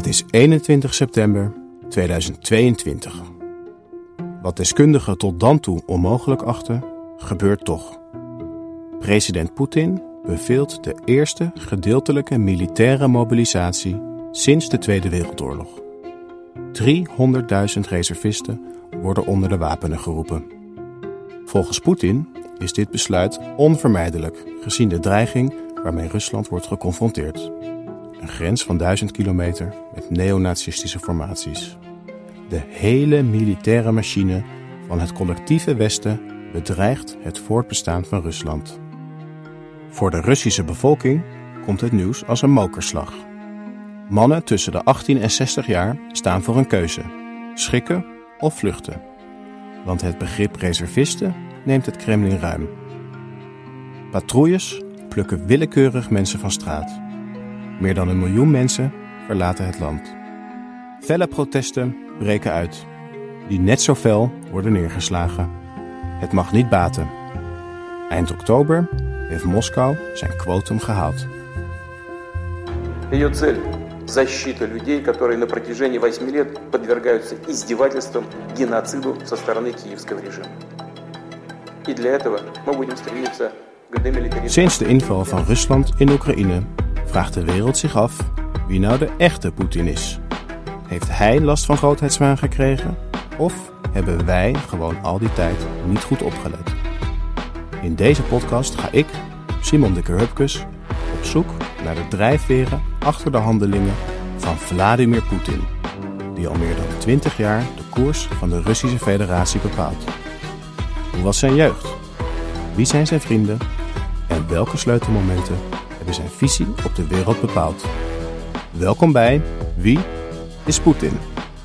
Het is 21 september 2022. Wat deskundigen tot dan toe onmogelijk achten, gebeurt toch. President Poetin beveelt de eerste gedeeltelijke militaire mobilisatie sinds de Tweede Wereldoorlog. 300.000 reservisten worden onder de wapenen geroepen. Volgens Poetin is dit besluit onvermijdelijk, gezien de dreiging waarmee Rusland wordt geconfronteerd. Een grens van 1000 kilometer met neonazistische formaties. De hele militaire machine van het collectieve Westen bedreigt het voortbestaan van Rusland. Voor de Russische bevolking komt het nieuws als een mokerslag. Mannen tussen de 18 en 60 jaar staan voor een keuze: schikken of vluchten. Want het begrip reservisten neemt het Kremlin ruim. Patrouilles plukken willekeurig mensen van straat. Meer dan 1 miljoen mensen verlaten het land. Felle protesten breken uit, die net zo fel worden neergeslagen. Het mag niet baten. Eind oktober heeft Moskou zijn quotum gehaald. Ее цель – защита людей, которые на протяжении 8 лет подвергаются издевательствам, геноциду со стороны киевского режима. И для этого мы будем стремиться к демилитаризации. Sinds de inval van Rusland in Oekraïne vraagt de wereld zich af wie nou de echte Poetin is. Heeft hij last van grootheidswaan gekregen? Of hebben wij gewoon al die tijd niet goed opgelet? In deze podcast ga ik, Simon Dikker-Hupkes, op zoek naar de drijfveren achter de handelingen van Vladimir Poetin, die al meer dan 20 jaar de koers van de Russische Federatie bepaalt. Hoe was zijn jeugd? Wie zijn zijn vrienden? En welke sleutelmomenten hebben zijn visie op de wereld bepaald? Welkom bij Wie is Poetin?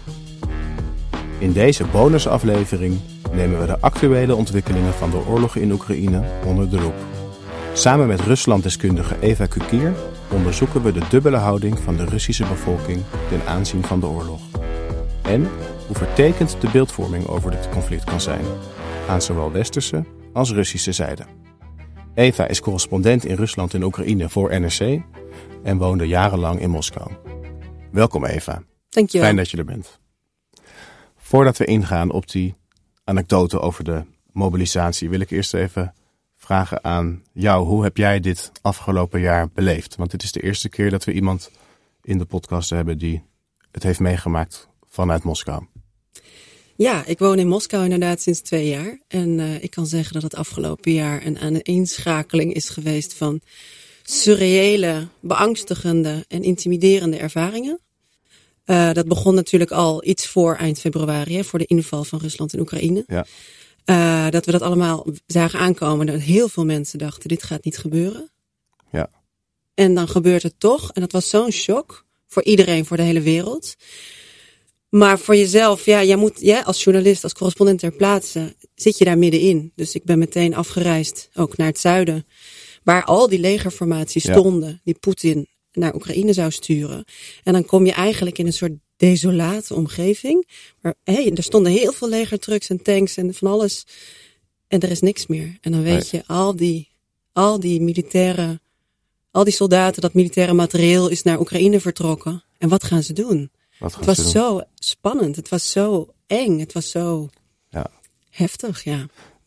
In deze bonusaflevering nemen we de actuele ontwikkelingen van de oorlog in Oekraïne onder de loep. Samen met Ruslanddeskundige Eva Kukier onderzoeken we de dubbele houding van de Russische bevolking ten aanzien van de oorlog. En hoe vertekend de beeldvorming over dit conflict kan zijn, aan zowel westerse als Russische zijde. Eva is correspondent in Rusland en Oekraïne voor NRC en woonde jarenlang in Moskou. Welkom Eva. Dankjewel. Fijn dat je er bent. Voordat we ingaan op die anekdote over de mobilisatie, wil ik eerst even vragen aan jou. Hoe heb jij dit afgelopen jaar beleefd? Want dit is de eerste keer dat we iemand in de podcast hebben die het heeft meegemaakt vanuit Moskou. Ja, ik woon in Moskou inderdaad sinds 2 jaar. En ik kan zeggen dat het afgelopen jaar een aaneenschakeling is geweest van surreële, beangstigende en intimiderende ervaringen. Dat begon natuurlijk al iets voor eind februari, voor de inval van Rusland in Oekraïne. Ja. Dat we dat allemaal zagen aankomen. Dat heel veel mensen dachten, dit gaat niet gebeuren. Ja. En dan gebeurt het toch. En dat was zo'n shock voor iedereen, voor de hele wereld. Maar voor jezelf, jij als journalist, als correspondent ter plaatse, zit je daar middenin. Dus ik ben meteen afgereisd, ook naar het zuiden, waar al die legerformaties stonden, die Poetin naar Oekraïne zou sturen. En dan kom je eigenlijk in een soort desolate omgeving. Maar er stonden heel veel legertrucks en tanks en van alles. En er is niks meer. En dan weet je, al die militaire, al die soldaten, dat militaire materieel is naar Oekraïne vertrokken. En wat gaan ze doen? Het was zo spannend. Het was zo eng. Het was zo heftig, ja.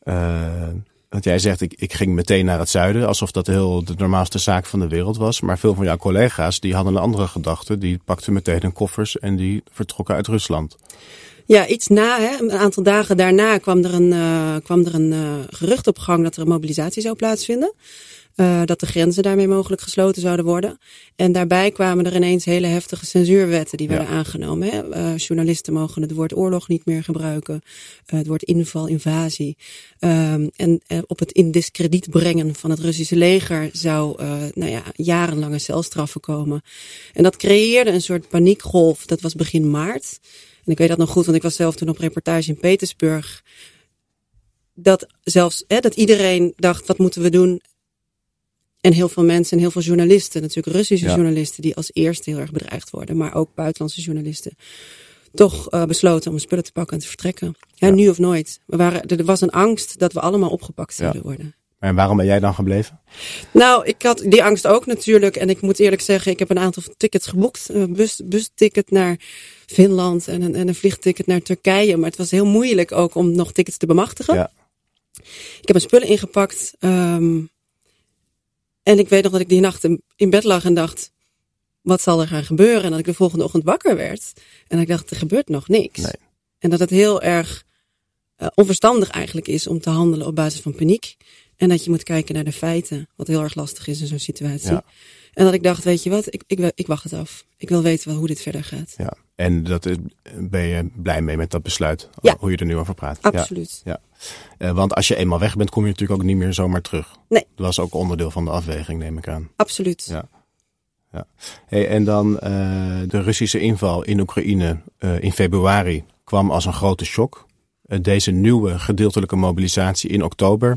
Want jij zegt, ik ging meteen naar het zuiden, alsof dat de normaalste zaak van de wereld was. Maar veel van jouw collega's, die hadden een andere gedachte. Die pakten meteen hun koffers en die vertrokken uit Rusland. Ja, iets na, een aantal dagen daarna kwam er een gerucht op gang dat er een mobilisatie zou plaatsvinden. Dat de grenzen daarmee mogelijk gesloten zouden worden. En daarbij kwamen er ineens hele heftige censuurwetten die werden aangenomen. Journalisten mogen het woord oorlog niet meer gebruiken. Het woord inval, invasie. En op het in diskrediet brengen van het Russische leger zou jarenlange celstraffen komen. En dat creëerde een soort paniekgolf. Dat was begin maart. En ik weet dat nog goed, want ik was zelf toen op reportage in Petersburg. Dat iedereen dacht, wat moeten we doen? En heel veel mensen en heel veel journalisten, natuurlijk Russische journalisten, die als eerste heel erg bedreigd worden, maar ook buitenlandse journalisten, toch besloten om spullen te pakken en te vertrekken. Ja, nu of nooit. Er was een angst dat we allemaal opgepakt zouden worden. En waarom ben jij dan gebleven? Nou, ik had die angst ook natuurlijk. En ik moet eerlijk zeggen, ik heb een aantal tickets geboekt. Busticket naar Finland en een vliegticket naar Turkije. Maar het was heel moeilijk ook om nog tickets te bemachtigen. Ja. Ik heb mijn spullen ingepakt. En ik weet nog dat ik die nacht in bed lag en dacht, wat zal er gaan gebeuren? En dat ik de volgende ochtend wakker werd. En ik dacht, er gebeurt nog niks. Nee. En dat het heel erg onverstandig eigenlijk is om te handelen op basis van paniek. En dat je moet kijken naar de feiten, wat heel erg lastig is in zo'n situatie. Ja. En dat ik dacht, weet je wat, ik wacht het af. Ik wil weten hoe dit verder gaat. Ja. En ben je blij mee met dat besluit? Ja. Hoe je er nu over praat? Absoluut. Ja. Want als je eenmaal weg bent, kom je natuurlijk ook niet meer zomaar terug. Nee. Dat was ook onderdeel van de afweging, neem ik aan. Absoluut. Ja. Ja. Hey, en dan de Russische inval in Oekraïne in februari kwam als een grote shock. Deze nieuwe gedeeltelijke mobilisatie in oktober,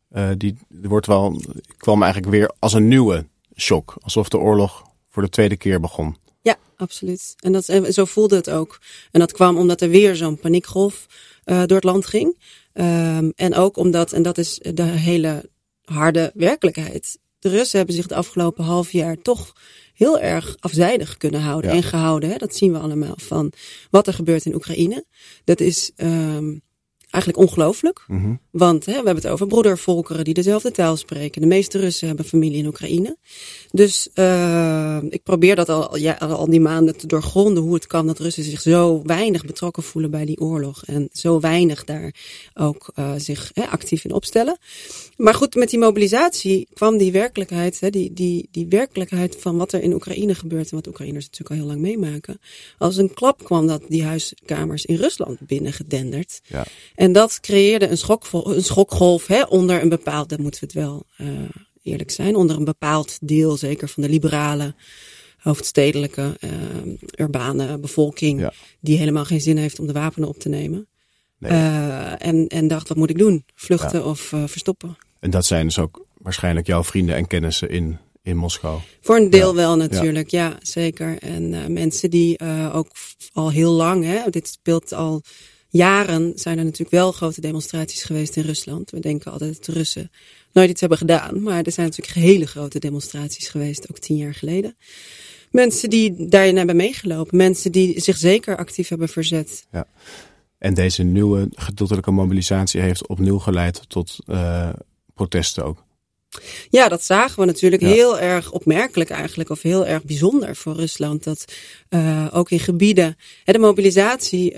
kwam eigenlijk weer als een nieuwe shock. Alsof de oorlog voor de tweede keer begon. Ja, absoluut. En zo voelde het ook. En dat kwam omdat er weer zo'n paniekgolf door het land ging. En ook omdat, en dat is de hele harde werkelijkheid, de Russen hebben zich de afgelopen half jaar toch heel erg afzijdig kunnen houden en gehouden. Hè? Dat zien we allemaal van wat er gebeurt in Oekraïne. Dat is eigenlijk ongelooflijk. Mm-hmm. Want we hebben het over broedervolkeren die dezelfde taal spreken. De meeste Russen hebben familie in Oekraïne. Dus ik probeer dat al die maanden te doorgronden hoe het kan dat Russen zich zo weinig betrokken voelen bij die oorlog. En zo weinig daar ook zich actief in opstellen. Maar goed, met die mobilisatie kwam die werkelijkheid, die werkelijkheid van wat er in Oekraïne gebeurt en wat Oekraïners natuurlijk al heel lang meemaken. Als een klap kwam dat die huiskamers in Rusland binnengedenderd. Ja. En dat creëerde een schokgolf onder een bepaald, dat moeten we het wel eerlijk zijn, onder een bepaald deel, zeker van de liberale, hoofdstedelijke, urbane bevolking, die helemaal geen zin heeft om de wapenen op te nemen. Nee. En dacht, wat moet ik doen? Vluchten of verstoppen? En dat zijn dus ook waarschijnlijk jouw vrienden en kennissen in Moskou? Voor een deel wel natuurlijk, ja zeker. En mensen die ook al heel lang, dit speelt al jaren, zijn er natuurlijk wel grote demonstraties geweest in Rusland. We denken altijd dat de Russen nooit iets hebben gedaan. Maar er zijn natuurlijk hele grote demonstraties geweest, ook 10 jaar geleden. Mensen die daarin hebben meegelopen. Mensen die zich zeker actief hebben verzet. Ja. En deze nieuwe gedeeltelijke mobilisatie heeft opnieuw geleid tot protesten ook. Ja, dat zagen we natuurlijk heel erg opmerkelijk eigenlijk, of heel erg bijzonder voor Rusland. Dat ook in gebieden, de mobilisatie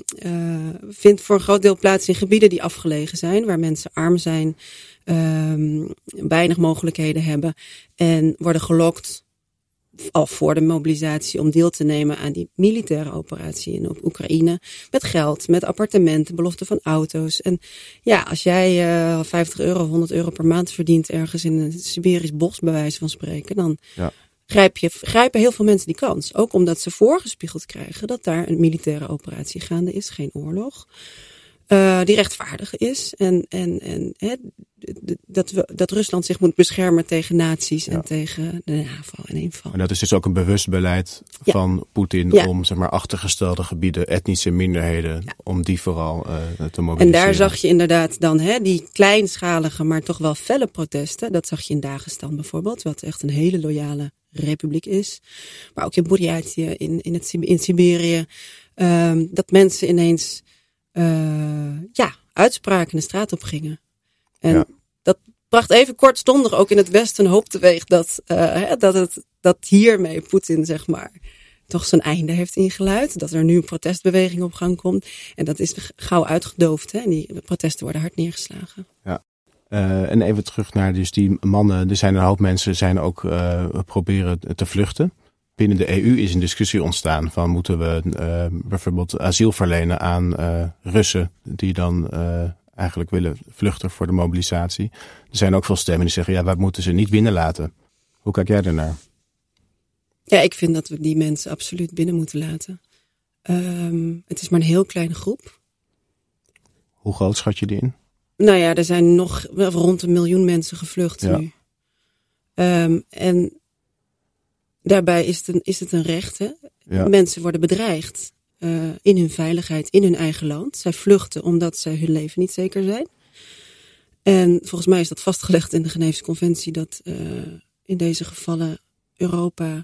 vindt voor een groot deel plaats in gebieden die afgelegen zijn, waar mensen arm zijn, weinig mogelijkheden hebben en worden gelokt al voor de mobilisatie om deel te nemen aan die militaire operatie in Oekraïne. Met geld, met appartementen, belofte van auto's. En ja, als jij 50 euro, 100 euro per maand verdient ergens in een Siberisch bos, bij wijze van spreken, dan grijpen heel veel mensen die kans. Ook omdat ze voorgespiegeld krijgen dat daar een militaire operatie gaande is, geen oorlog. Die rechtvaardig is en dat Rusland zich moet beschermen tegen nazi's en tegen de aanval en inval. En dat is dus ook een bewust beleid van Poetin om achtergestelde gebieden, etnische minderheden, om die vooral te mobiliseren. En daar zag je inderdaad dan die kleinschalige, maar toch wel felle protesten. Dat zag je in Dagestan bijvoorbeeld, wat echt een hele loyale republiek is. Maar ook in Burjatië, in Siberië, dat mensen ineens uitspraken de straat op gingen. En dat bracht even kortstondig ook in het Westen hoop teweeg dat hiermee Poetin zeg maar toch zijn einde heeft ingeluid. Dat er nu een protestbeweging op gang komt. En dat is gauw uitgedoofd. En die protesten worden hard neergeslagen. Ja. En even terug naar dus die mannen. Er zijn een hoop mensen zijn ook proberen te vluchten. Binnen de EU is een discussie ontstaan van moeten we bijvoorbeeld asiel verlenen aan Russen die dan eigenlijk willen vluchten voor de mobilisatie. Er zijn ook veel stemmen die zeggen wij moeten ze niet binnenlaten. Hoe kijk jij daarnaar? Ja, ik vind dat we die mensen absoluut binnen moeten laten. Het is maar een heel kleine groep. Hoe groot schat je die in? Nou ja, er zijn nog rond 1 miljoen mensen gevlucht nu. En daarbij is het een recht. Hè? Ja. Mensen worden bedreigd in hun veiligheid, in hun eigen land. Zij vluchten omdat zij hun leven niet zeker zijn. En volgens mij is dat vastgelegd in de Geneefse Conventie dat in deze gevallen Europa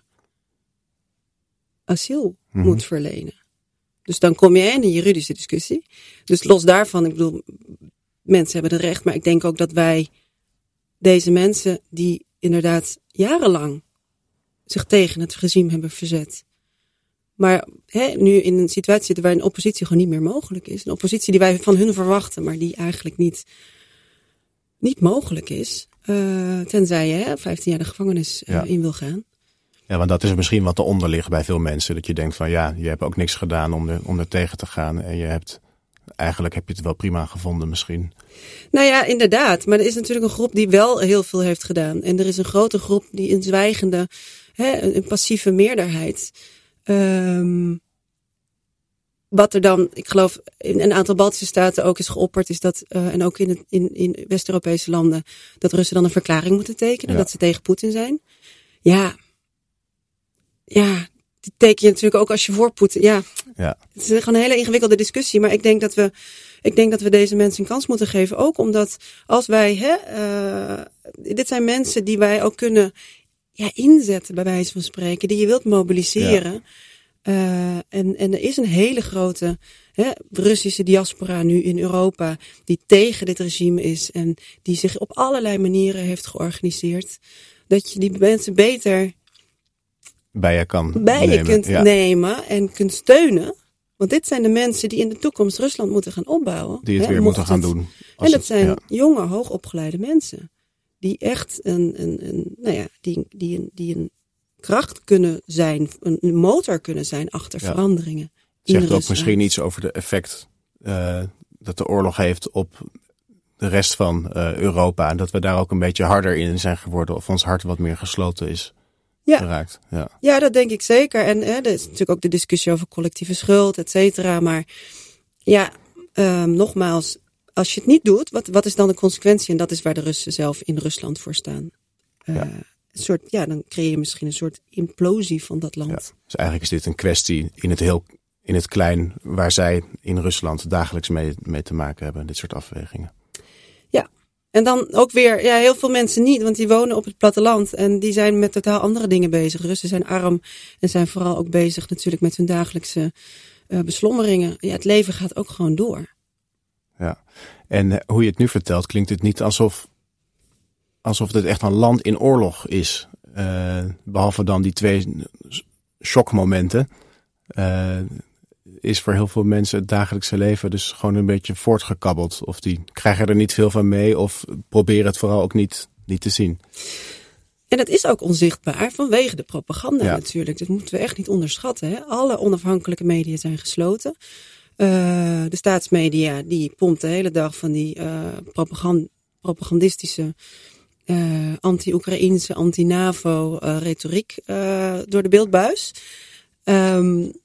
asiel moet verlenen. Dus dan kom je in een juridische discussie. Dus los daarvan, ik bedoel, mensen hebben het recht, maar ik denk ook dat wij deze mensen die inderdaad jarenlang zich tegen het regime hebben verzet, maar nu in een situatie zitten waar een oppositie gewoon niet meer mogelijk is. Een oppositie die wij van hun verwachten, maar die eigenlijk niet mogelijk is. Tenzij je 15 jaar de gevangenis in wil gaan. Ja, want dat is misschien wat eronder ligt bij veel mensen. Dat je denkt van ja, je hebt ook niks gedaan om er tegen te gaan. En eigenlijk heb je het wel prima gevonden misschien. Nou ja, inderdaad. Maar er is natuurlijk een groep die wel heel veel heeft gedaan. En er is een grote groep die een zwijgende, een passieve meerderheid. Wat er dan, ik geloof, in een aantal Baltische staten ook is geopperd, is dat, en ook in West-Europese landen, dat Russen dan een verklaring moeten tekenen, dat ze tegen Poetin zijn. Ja, die teken je natuurlijk ook als je voor Poetin. Ja. Het is gewoon een hele ingewikkelde discussie, maar ik denk dat we deze mensen een kans moeten geven, ook omdat als wij, dit zijn mensen die wij ook kunnen inzetten, bij wijze van spreken, die je wilt mobiliseren. En er is een hele grote Russische diaspora nu in Europa die tegen dit regime is en die zich op allerlei manieren heeft georganiseerd. Dat je die mensen beter bij je kunt nemen en kunt steunen. Want dit zijn de mensen die in de toekomst Rusland moeten gaan opbouwen. Die het weer moeten gaan doen. En dat zijn jonge, hoogopgeleide mensen. Die echt die een kracht kunnen zijn, een motor kunnen zijn achter veranderingen. Het zegt ook misschien iets over de effect dat de oorlog heeft op de rest van Europa. En dat we daar ook een beetje harder in zijn geworden. Of ons hart wat meer gesloten is geraakt. Ja, dat denk ik zeker. En er is natuurlijk ook de discussie over collectieve schuld, et cetera. Maar nogmaals, als je het niet doet, wat is dan de consequentie? En dat is waar de Russen zelf in Rusland voor staan. Dan creëer je misschien een soort implosie van dat land. Ja, dus eigenlijk is dit een kwestie in het klein, waar zij in Rusland dagelijks mee te maken hebben, dit soort afwegingen. Ja, en dan ook weer, heel veel mensen niet, want die wonen op het platteland en die zijn met totaal andere dingen bezig. Russen zijn arm en zijn vooral ook bezig natuurlijk met hun dagelijkse beslommeringen. Ja, het leven gaat ook gewoon door. Ja, en hoe je het nu vertelt, klinkt het niet alsof dit echt een land in oorlog is. Behalve dan die 2 shockmomenten. Is voor heel veel mensen het dagelijkse leven dus gewoon een beetje voortgekabbeld. Of die krijgen er niet veel van mee of proberen het vooral ook niet te zien. En dat is ook onzichtbaar vanwege de propaganda natuurlijk. Dat moeten we echt niet onderschatten. Hè? Alle onafhankelijke media zijn gesloten. De staatsmedia die pompt de hele dag van die propagandistische anti-Oekraïnse, anti-NAVO retoriek door de beeldbuis. En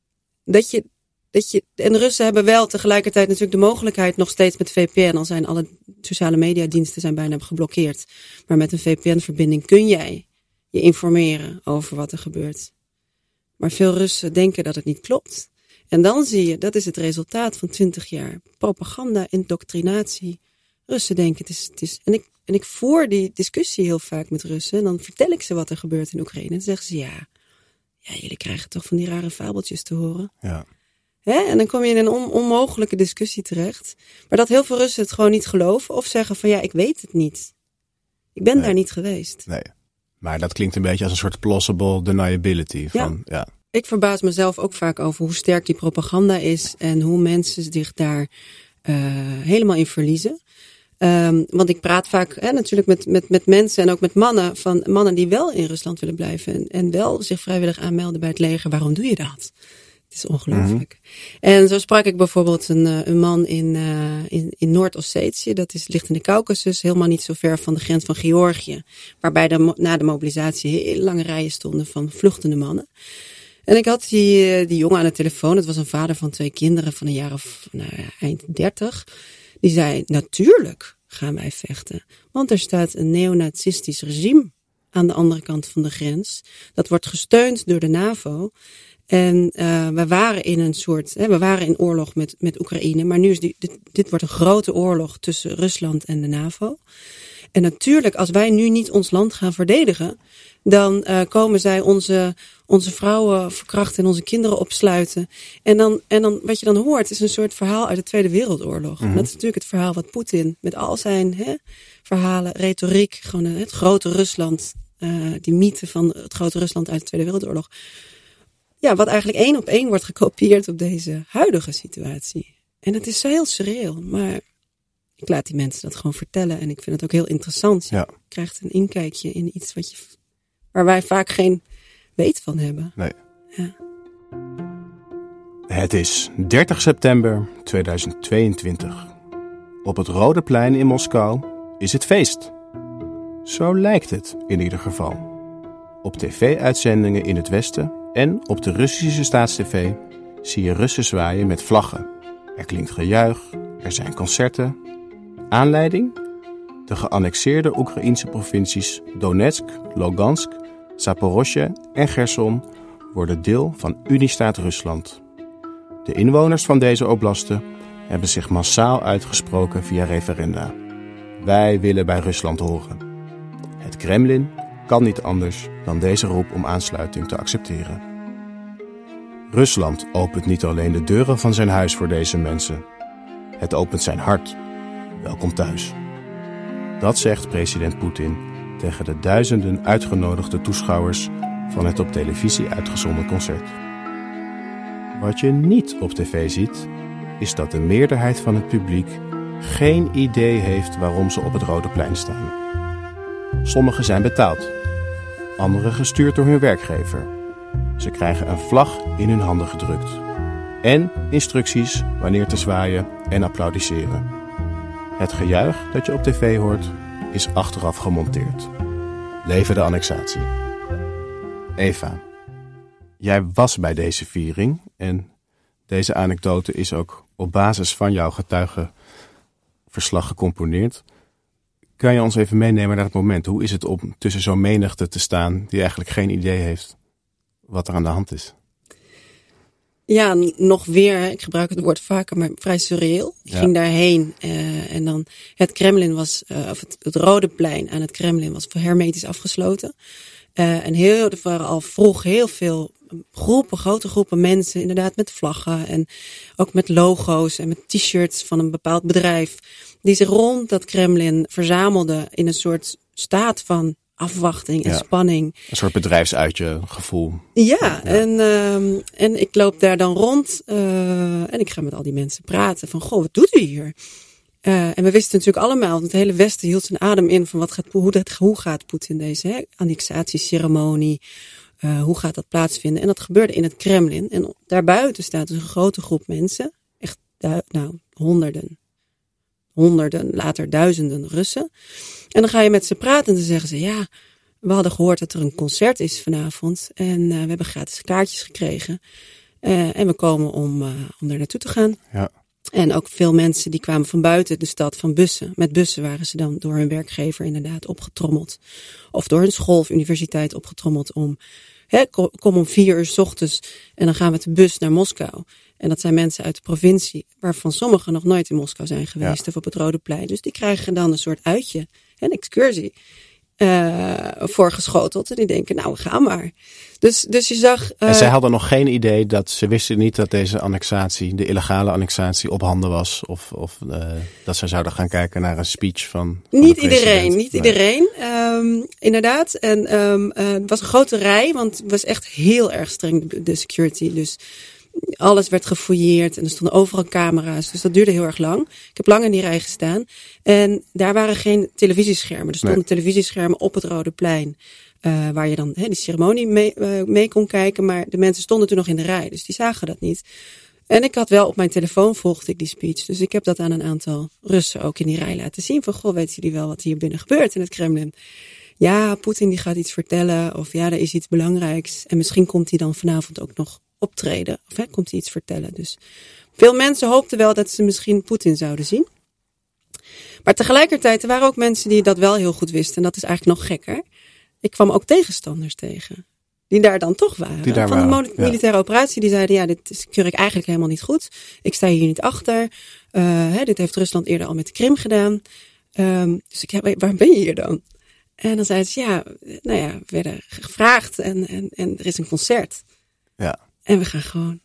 de Russen hebben wel tegelijkertijd natuurlijk de mogelijkheid nog steeds met VPN, al zijn alle sociale mediadiensten bijna geblokkeerd. Maar met een VPN-verbinding kun jij je informeren over wat er gebeurt. Maar veel Russen denken dat het niet klopt. En dan zie je, dat is het resultaat van 20 jaar propaganda, indoctrinatie. Russen denken het is. En ik voer die discussie heel vaak met Russen. En dan vertel ik ze wat er gebeurt in Oekraïne. En dan zeggen ze ja, jullie krijgen toch van die rare fabeltjes te horen. Ja. En dan kom je in een onmogelijke discussie terecht. Maar dat heel veel Russen het gewoon niet geloven. Of zeggen van ik weet het niet. Ik ben daar niet geweest. Nee, maar dat klinkt een beetje als een soort plausible deniability. Ik verbaas mezelf ook vaak over hoe sterk die propaganda is. En hoe mensen zich daar helemaal in verliezen. Want ik praat vaak natuurlijk met mensen en ook met mannen die wel in Rusland willen blijven. En wel zich vrijwillig aanmelden bij het leger. Waarom doe je dat? Het is ongelooflijk. En zo sprak ik bijvoorbeeld een man in Noord-Ossetië. Dat ligt in de Caucasus, helemaal niet zo ver van de grens van Georgië. Waarbij na de mobilisatie heel lange rijen stonden van vluchtende mannen. En ik had die jongen aan de telefoon. Het was een vader van 2 kinderen van een jaar of eind 30. Die zei, natuurlijk gaan wij vechten. Want er staat een neonazistisch regime aan de andere kant van de grens. Dat wordt gesteund door de NAVO. En we waren in oorlog met Oekraïne. Maar nu is dit wordt een grote oorlog tussen Rusland en de NAVO. En natuurlijk, als wij nu niet ons land gaan verdedigen, dan komen zij onze vrouwen verkrachten en onze kinderen opsluiten. En dan wat je dan hoort is een soort verhaal uit de Tweede Wereldoorlog. Mm-hmm. En dat is natuurlijk het verhaal wat Poetin met al zijn verhalen, retoriek, gewoon het grote Rusland, die mythe van het grote Rusland uit de Tweede Wereldoorlog. Ja, wat eigenlijk 1 op 1 wordt gekopieerd op deze huidige situatie. En het is zo heel surreal, maar ik laat die mensen dat gewoon vertellen. En ik vind het ook heel interessant. Je krijgt een inkijkje in iets waar wij vaak geen weet van hebben. Nee. Ja. Het is 30 september 2022. Op het Rode Plein in Moskou is het feest. Zo lijkt het in ieder geval. Op tv-uitzendingen in het Westen en op de Russische staatstv zie je Russen zwaaien met vlaggen. Er klinkt gejuich, er zijn concerten. Aanleiding? De geannexeerde Oekraïense provincies Donetsk, Lugansk, Zaporozhye en Gerson worden deel van Uniestaat Rusland. De inwoners van deze oblasten hebben zich massaal uitgesproken via referenda. Wij willen bij Rusland horen. Het Kremlin kan niet anders dan deze roep om aansluiting te accepteren. Rusland opent niet alleen de deuren van zijn huis voor deze mensen. Het opent zijn hart. Welkom thuis. Dat zegt president Poetin tegen de duizenden uitgenodigde toeschouwers van het op televisie uitgezonden concert. Wat je niet op tv ziet, is dat de meerderheid van het publiek geen idee heeft waarom ze op het Rode Plein staan. Sommigen zijn betaald, anderen gestuurd door hun werkgever. Ze krijgen een vlag in hun handen gedrukt en instructies wanneer te zwaaien en applaudisseren. Het gejuich dat je op tv hoort is achteraf gemonteerd. Leven de annexatie. Eva, jij was bij deze viering en deze anekdote is ook op basis van jouw getuigenverslag gecomponeerd. Kan je ons even meenemen naar het moment? Hoe is het om tussen zo'n menigte te staan die eigenlijk geen idee heeft wat er aan de hand is? Ja, nog weer, ik gebruik het woord vaker, maar vrij surreal. Ik ging daarheen en dan het Kremlin was, of het Rode Plein aan het Kremlin was hermetisch afgesloten. En er waren al vroeg heel veel grote groepen mensen, inderdaad met vlaggen en ook met logo's en met t-shirts van een bepaald bedrijf, die zich rond dat Kremlin verzamelden in een soort staat van afwachting en spanning. Een soort bedrijfsuitje gevoel. Ja. En ik loop daar dan rond en ik ga met al die mensen praten van, goh, wat doet u hier? En we wisten natuurlijk allemaal, want het hele Westen hield zijn adem in van hoe gaat Poetin deze annexatieceremonie, hoe gaat dat plaatsvinden? En dat gebeurde in het Kremlin. En daarbuiten staat dus een grote groep mensen, echt honderden, later duizenden Russen. En dan ga je met ze praten en dan zeggen ze, ja, we hadden gehoord dat er een concert is vanavond. En we hebben gratis kaartjes gekregen. En we komen om daar naartoe te gaan. Ja. En ook veel mensen die kwamen van buiten de stad van bussen. Met bussen waren ze dan door hun werkgever inderdaad opgetrommeld. Of door hun school of universiteit opgetrommeld om, kom om 4 uur 's ochtends en dan gaan we met de bus naar Moskou. En dat zijn mensen uit de provincie, waarvan sommigen nog nooit in Moskou zijn geweest of op het Rode Plein. Dus die krijgen dan een soort uitje, een excursie voorgeschoteld. En die denken, nou, we gaan maar. Dus je zag... En zij hadden nog geen idee ze wisten niet dat deze annexatie, de illegale annexatie, op handen was. Of dat zij zouden gaan kijken naar een speech van Niet iedereen. Inderdaad. En het was een grote rij, want het was echt heel erg streng, de security. Dus alles werd gefouilleerd en er stonden overal camera's. Dus dat duurde heel erg lang. Ik heb lang in die rij gestaan. En daar waren geen televisieschermen. Er stonden televisieschermen op het Rode Plein. Waar je dan die ceremonie mee kon kijken. Maar de mensen stonden toen nog in de rij. Dus die zagen dat niet. En ik had wel op mijn telefoon volgde ik die speech. Dus ik heb dat aan een aantal Russen ook in die rij laten zien. Van, goh, weten jullie wel wat hier binnen gebeurt in het Kremlin? Ja, Poetin die gaat iets vertellen. Of ja, er is iets belangrijks. En misschien komt hij dan vanavond ook nog optreden. Of komt hij iets vertellen. Dus veel mensen hoopten wel dat ze misschien Poetin zouden zien. Maar tegelijkertijd, er waren ook mensen die dat wel heel goed wisten. En dat is eigenlijk nog gekker. Ik kwam ook tegenstanders tegen. die daar dan toch waren. Die daar van waren, de militaire operatie. Die zeiden, dit keur ik eigenlijk helemaal niet goed. Ik sta hier niet achter. Dit heeft Rusland eerder al met de Krim gedaan. Dus waar ben je hier dan? En dan zeiden ze, we werden gevraagd en er is een concert. Ja. En we gaan gewoon,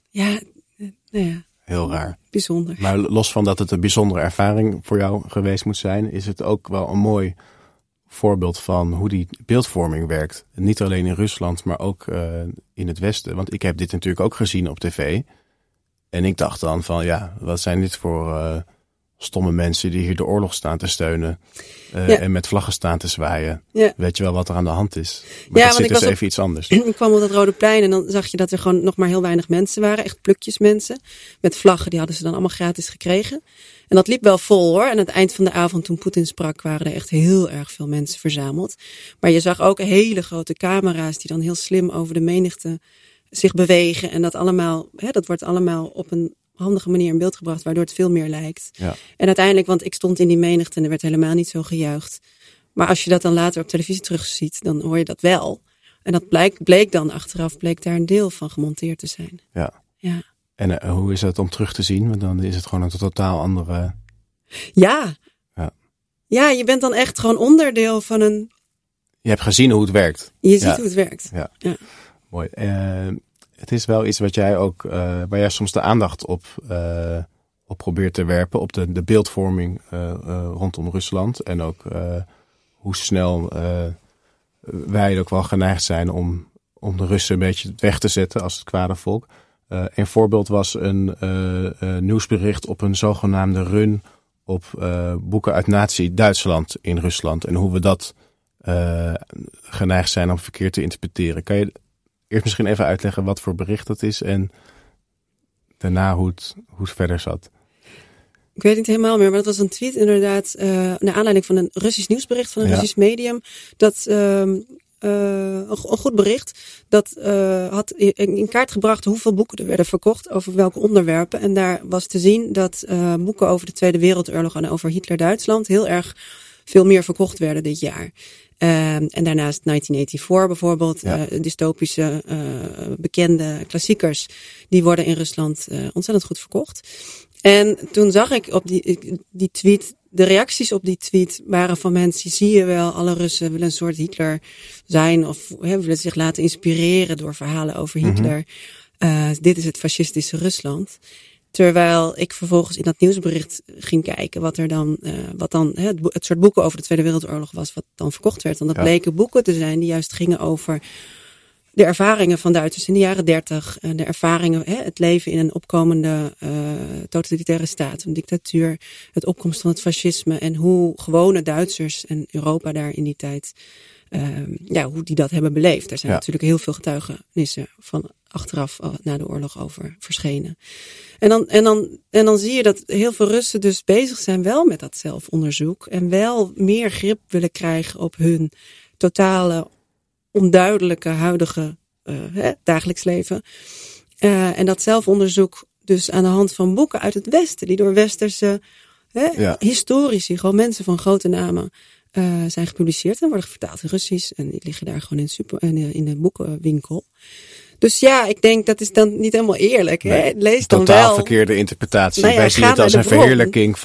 Heel raar. Bijzonder. Maar los van dat het een bijzondere ervaring voor jou geweest moet zijn, is het ook wel een mooi voorbeeld van hoe die beeldvorming werkt. Niet alleen in Rusland, maar ook in het Westen. Want ik heb dit natuurlijk ook gezien op tv. En ik dacht dan van, wat zijn dit voor stomme mensen die hier de oorlog staan te steunen. En met vlaggen staan te zwaaien. Ja. Weet je wel wat er aan de hand is. Maar dat zit dus even iets anders. Ik kwam op dat Rode Plein en dan zag je dat er gewoon nog maar heel weinig mensen waren. Echt plukjes mensen. Met vlaggen, die hadden ze dan allemaal gratis gekregen. En dat liep wel vol hoor. En aan het eind van de avond toen Poetin sprak waren er echt heel erg veel mensen verzameld. Maar je zag ook hele grote camera's die dan heel slim over de menigte zich bewegen. En dat allemaal, dat wordt allemaal op een handige manier in beeld gebracht, waardoor het veel meer lijkt. Ja. En uiteindelijk, want ik stond in die menigte en er werd helemaal niet zo gejuicht. Maar als je dat dan later op televisie terugziet, dan hoor je dat wel. En dat bleek dan achteraf, daar een deel van gemonteerd te zijn. Ja. En hoe is dat om terug te zien? Want dan is het gewoon een totaal andere... Ja, je bent dan echt gewoon onderdeel van een... Je hebt gezien hoe het werkt. Je ziet hoe het werkt. Ja. Mooi. Het is wel iets wat jij ook, waar jij soms de aandacht op probeert te werpen. Op de beeldvorming rondom Rusland. En ook hoe snel wij ook wel geneigd zijn om de Russen een beetje weg te zetten als het kwade volk. Een voorbeeld was een nieuwsbericht op een zogenaamde run op boeken uit Nazi-Duitsland in Rusland. En hoe we dat geneigd zijn om verkeerd te interpreteren. Kan je eerst misschien even uitleggen wat voor bericht dat is en daarna hoe het verder zat? Ik weet niet helemaal meer, maar dat was een tweet inderdaad naar aanleiding van een Russisch nieuwsbericht van een Russisch medium. Dat een goed bericht. Dat had in kaart gebracht hoeveel boeken er werden verkocht over welke onderwerpen. En daar was te zien dat boeken over de Tweede Wereldoorlog en over Hitler-Duitsland heel erg veel meer verkocht werden dit jaar. En daarnaast 1984 bijvoorbeeld, dystopische bekende klassiekers, die worden in Rusland ontzettend goed verkocht. En toen zag ik op die tweet, de reacties op die tweet waren van mensen, zie je wel, alle Russen willen een soort Hitler zijn of willen zich laten inspireren door verhalen over Hitler. Dit is het fascistische Rusland. Terwijl ik vervolgens in dat nieuwsbericht ging kijken wat dan het soort boeken over de Tweede Wereldoorlog was, wat dan verkocht werd. Want dat bleken boeken te zijn die juist gingen over de ervaringen van Duitsers in de jaren 30. De ervaringen, het leven in een opkomende totalitaire staat, een dictatuur, het opkomst van het fascisme en hoe gewone Duitsers en Europa daar in die tijd, hoe die dat hebben beleefd. Er zijn natuurlijk heel veel getuigenissen van achteraf na de oorlog over verschenen. En dan zie je dat heel veel Russen dus bezig zijn wel met dat zelfonderzoek en wel meer grip willen krijgen op hun totale onduidelijke huidige dagelijks leven. En dat zelfonderzoek dus aan de hand van boeken uit het Westen, die door westerse historici, gewoon mensen van grote namen, zijn gepubliceerd en worden vertaald in Russisch. En die liggen daar gewoon in de boekenwinkel. Dus ik denk dat is dan niet helemaal eerlijk. Nee, hè? Lees dan totaal wel. Verkeerde interpretatie. Wij zien het als een verheerlijking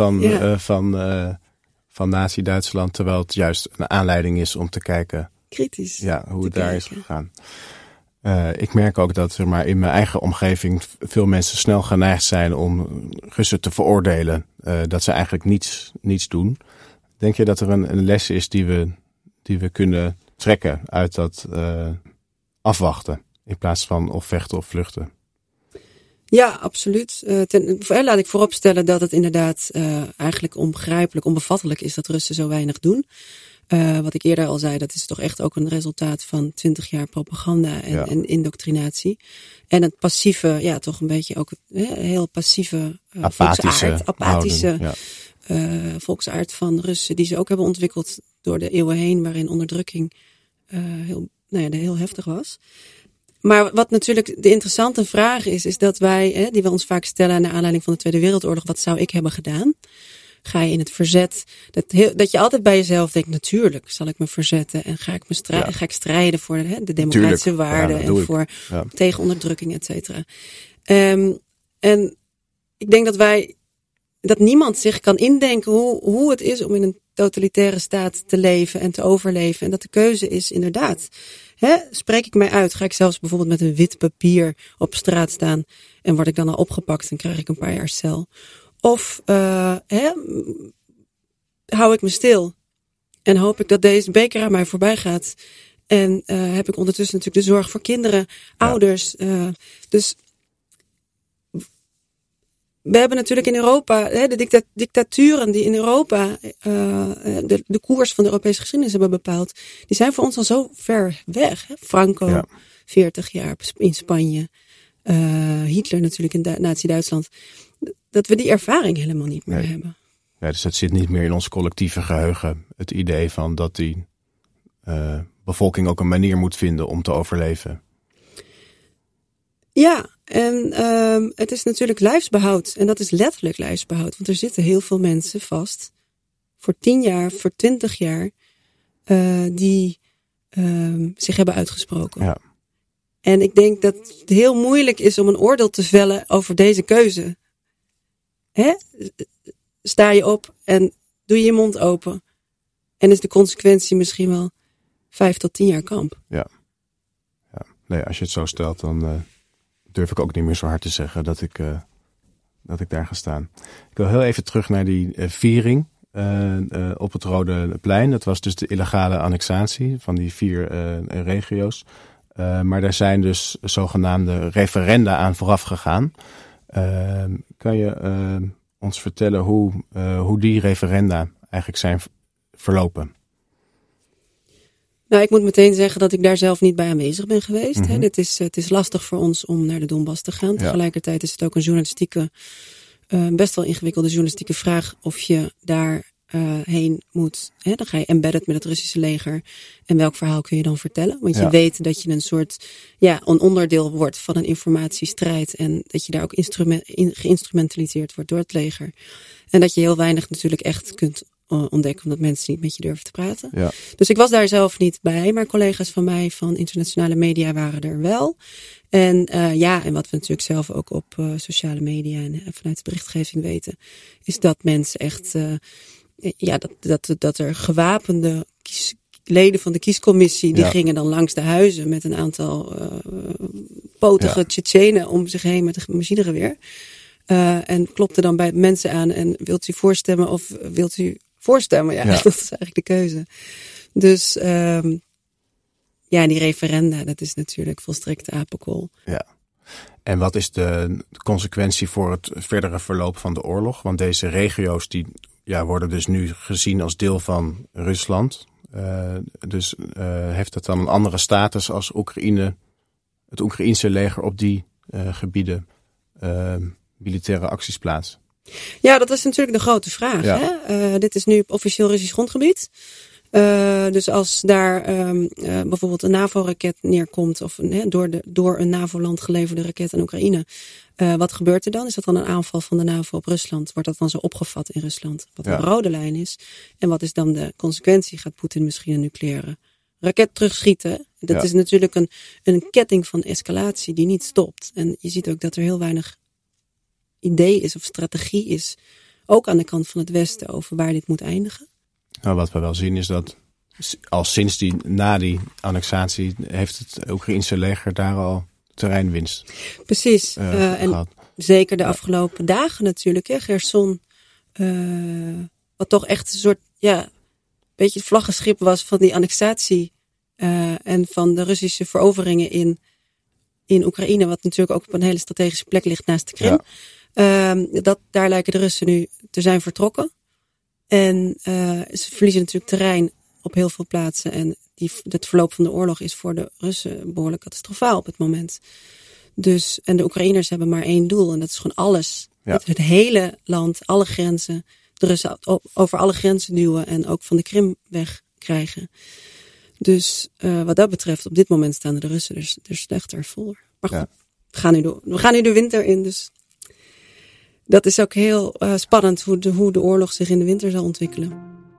van Nazi-Duitsland, terwijl het juist een aanleiding is om te kijken kritisch hoe het daar is gegaan. Ik merk ook dat in mijn eigen omgeving veel mensen snel geneigd zijn om Russen te veroordelen. Dat ze eigenlijk niets doen. Denk je dat er een les is die we kunnen trekken uit dat afwachten in plaats van of vechten of vluchten? Ja, absoluut. Laat ik vooropstellen dat het inderdaad eigenlijk onbegrijpelijk, onbevattelijk is dat Russen zo weinig doen. Wat ik eerder al zei, dat is toch echt ook een resultaat van 20 jaar propaganda en indoctrinatie. En het passieve, toch een beetje ook heel passieve apathische volksaard van Russen, die ze ook hebben ontwikkeld door de eeuwen heen, waarin onderdrukking heel heftig was. Maar wat natuurlijk de interessante vraag is dat wij, die we ons vaak stellen naar aanleiding van de Tweede Wereldoorlog, wat zou ik hebben gedaan? Ga je in het verzet. Dat je altijd bij jezelf denkt, natuurlijk zal ik me verzetten. En ga ik strijden voor de democratische waarden. En voor tegen onderdrukking, et cetera. En ik denk dat niemand zich kan indenken hoe het is om in een totalitaire staat te leven en te overleven. En dat de keuze is inderdaad. Spreek ik mij uit? Ga ik zelfs bijvoorbeeld met een wit papier op straat staan en word ik dan al opgepakt en krijg ik een paar jaar cel? Of hou ik me stil en hoop ik dat deze beker aan mij voorbij gaat. En heb ik ondertussen natuurlijk de zorg voor kinderen, ouders. Dus we hebben natuurlijk in Europa, de dictaturen die in Europa de koers van de Europese geschiedenis hebben bepaald, die zijn voor ons al zo ver weg. Franco, 40 jaar in Spanje. Hitler natuurlijk in Nazi-Duitsland. Dat we die ervaring helemaal niet meer hebben. Ja, dus het zit niet meer in ons collectieve geheugen. Het idee van dat die bevolking ook een manier moet vinden om te overleven. Ja, en het is natuurlijk lijfsbehoud. En dat is letterlijk lijfsbehoud. Want er zitten heel veel mensen vast. Voor 10 jaar, voor 20 jaar. Die zich hebben uitgesproken. Ja. En ik denk dat het heel moeilijk is om een oordeel te vellen over deze keuze. Sta je op en doe je mond open. En is de consequentie misschien wel 5 tot 10 jaar kamp. Ja. Nee, als je het zo stelt, dan durf ik ook niet meer zo hard te zeggen dat ik daar ga staan. Ik wil heel even terug naar die viering op het Rode Plein. Dat was dus de illegale annexatie van die 4 regio's. Maar daar zijn dus zogenaamde referenda aan vooraf gegaan. Kan je ons vertellen hoe die referenda eigenlijk zijn verlopen? Nou, ik moet meteen zeggen dat ik daar zelf niet bij aanwezig ben geweest. Mm-hmm. Het is lastig voor ons om naar de Donbass te gaan. Ja. Tegelijkertijd is het ook een best wel ingewikkelde journalistieke vraag of je daar heen moet. Dan ga je embedded met het Russische leger. En welk verhaal kun je dan vertellen? Want je weet dat je een soort een onderdeel wordt van een informatiestrijd. En dat je daar ook geïnstrumentaliseerd wordt door het leger. En dat je heel weinig natuurlijk echt kunt ontdekken, omdat mensen niet met je durven te praten. Ja. Dus ik was daar zelf niet bij, maar collega's van mij van internationale media waren er wel. En en wat we natuurlijk zelf ook op sociale media en vanuit de berichtgeving weten, is dat mensen echt, dat er gewapende leden van de kiescommissie, die gingen dan langs de huizen met een aantal potige Tsjetsjenen om zich heen met een machinegeweer. En klopte dan bij mensen aan en wilt u voorstemmen of wilt u voorstemmen? Ja, dat is eigenlijk de keuze. Dus die referenda, dat is natuurlijk volstrekt apenkool. Ja. En wat is de consequentie voor het verdere verloop van de oorlog? Want deze regio's die worden dus nu gezien als deel van Rusland. Dus heeft het dan een andere status als Oekraïne, het Oekraïense leger op die gebieden militaire acties plaatst? Ja, dat is natuurlijk de grote vraag. Ja. Hè? Dit is nu officieel Russisch grondgebied. Dus als daar bijvoorbeeld een NAVO-raket neerkomt, of door een NAVO-land geleverde raket aan Oekraïne, wat gebeurt er dan? Is dat dan een aanval van de NAVO op Rusland? Wordt dat dan zo opgevat in Rusland? Wat een rode lijn is. En wat is dan de consequentie? Gaat Poetin misschien een nucleaire raket terugschieten? Dat is natuurlijk een ketting van escalatie die niet stopt. En je ziet ook dat er heel weinig idee is of strategie is, ook aan de kant van het Westen, over waar dit moet eindigen. Nou, wat we wel zien is dat al na die annexatie heeft het Oekraïense leger daar al terreinwinst. Precies. En zeker de afgelopen dagen natuurlijk. Gerson, wat toch echt een soort beetje het vlaggenschip was van die annexatie en van de Russische veroveringen in Oekraïne, wat natuurlijk ook op een hele strategische plek ligt naast de Krim. Ja. Daar lijken de Russen nu te zijn vertrokken. En ze verliezen natuurlijk terrein op heel veel plaatsen. En het verloop van de oorlog is voor de Russen behoorlijk catastrofaal op het moment. Dus, en de Oekraïners hebben maar één doel. En dat is gewoon alles. Ja. Het hele land, alle grenzen. De Russen over alle grenzen duwen. En ook van de Krim wegkrijgen. Dus wat dat betreft, op dit moment staan de Russen er slechter voor. Maar goed, we gaan nu de winter in. Dus dat is ook heel spannend hoe de oorlog zich in de winter zal ontwikkelen.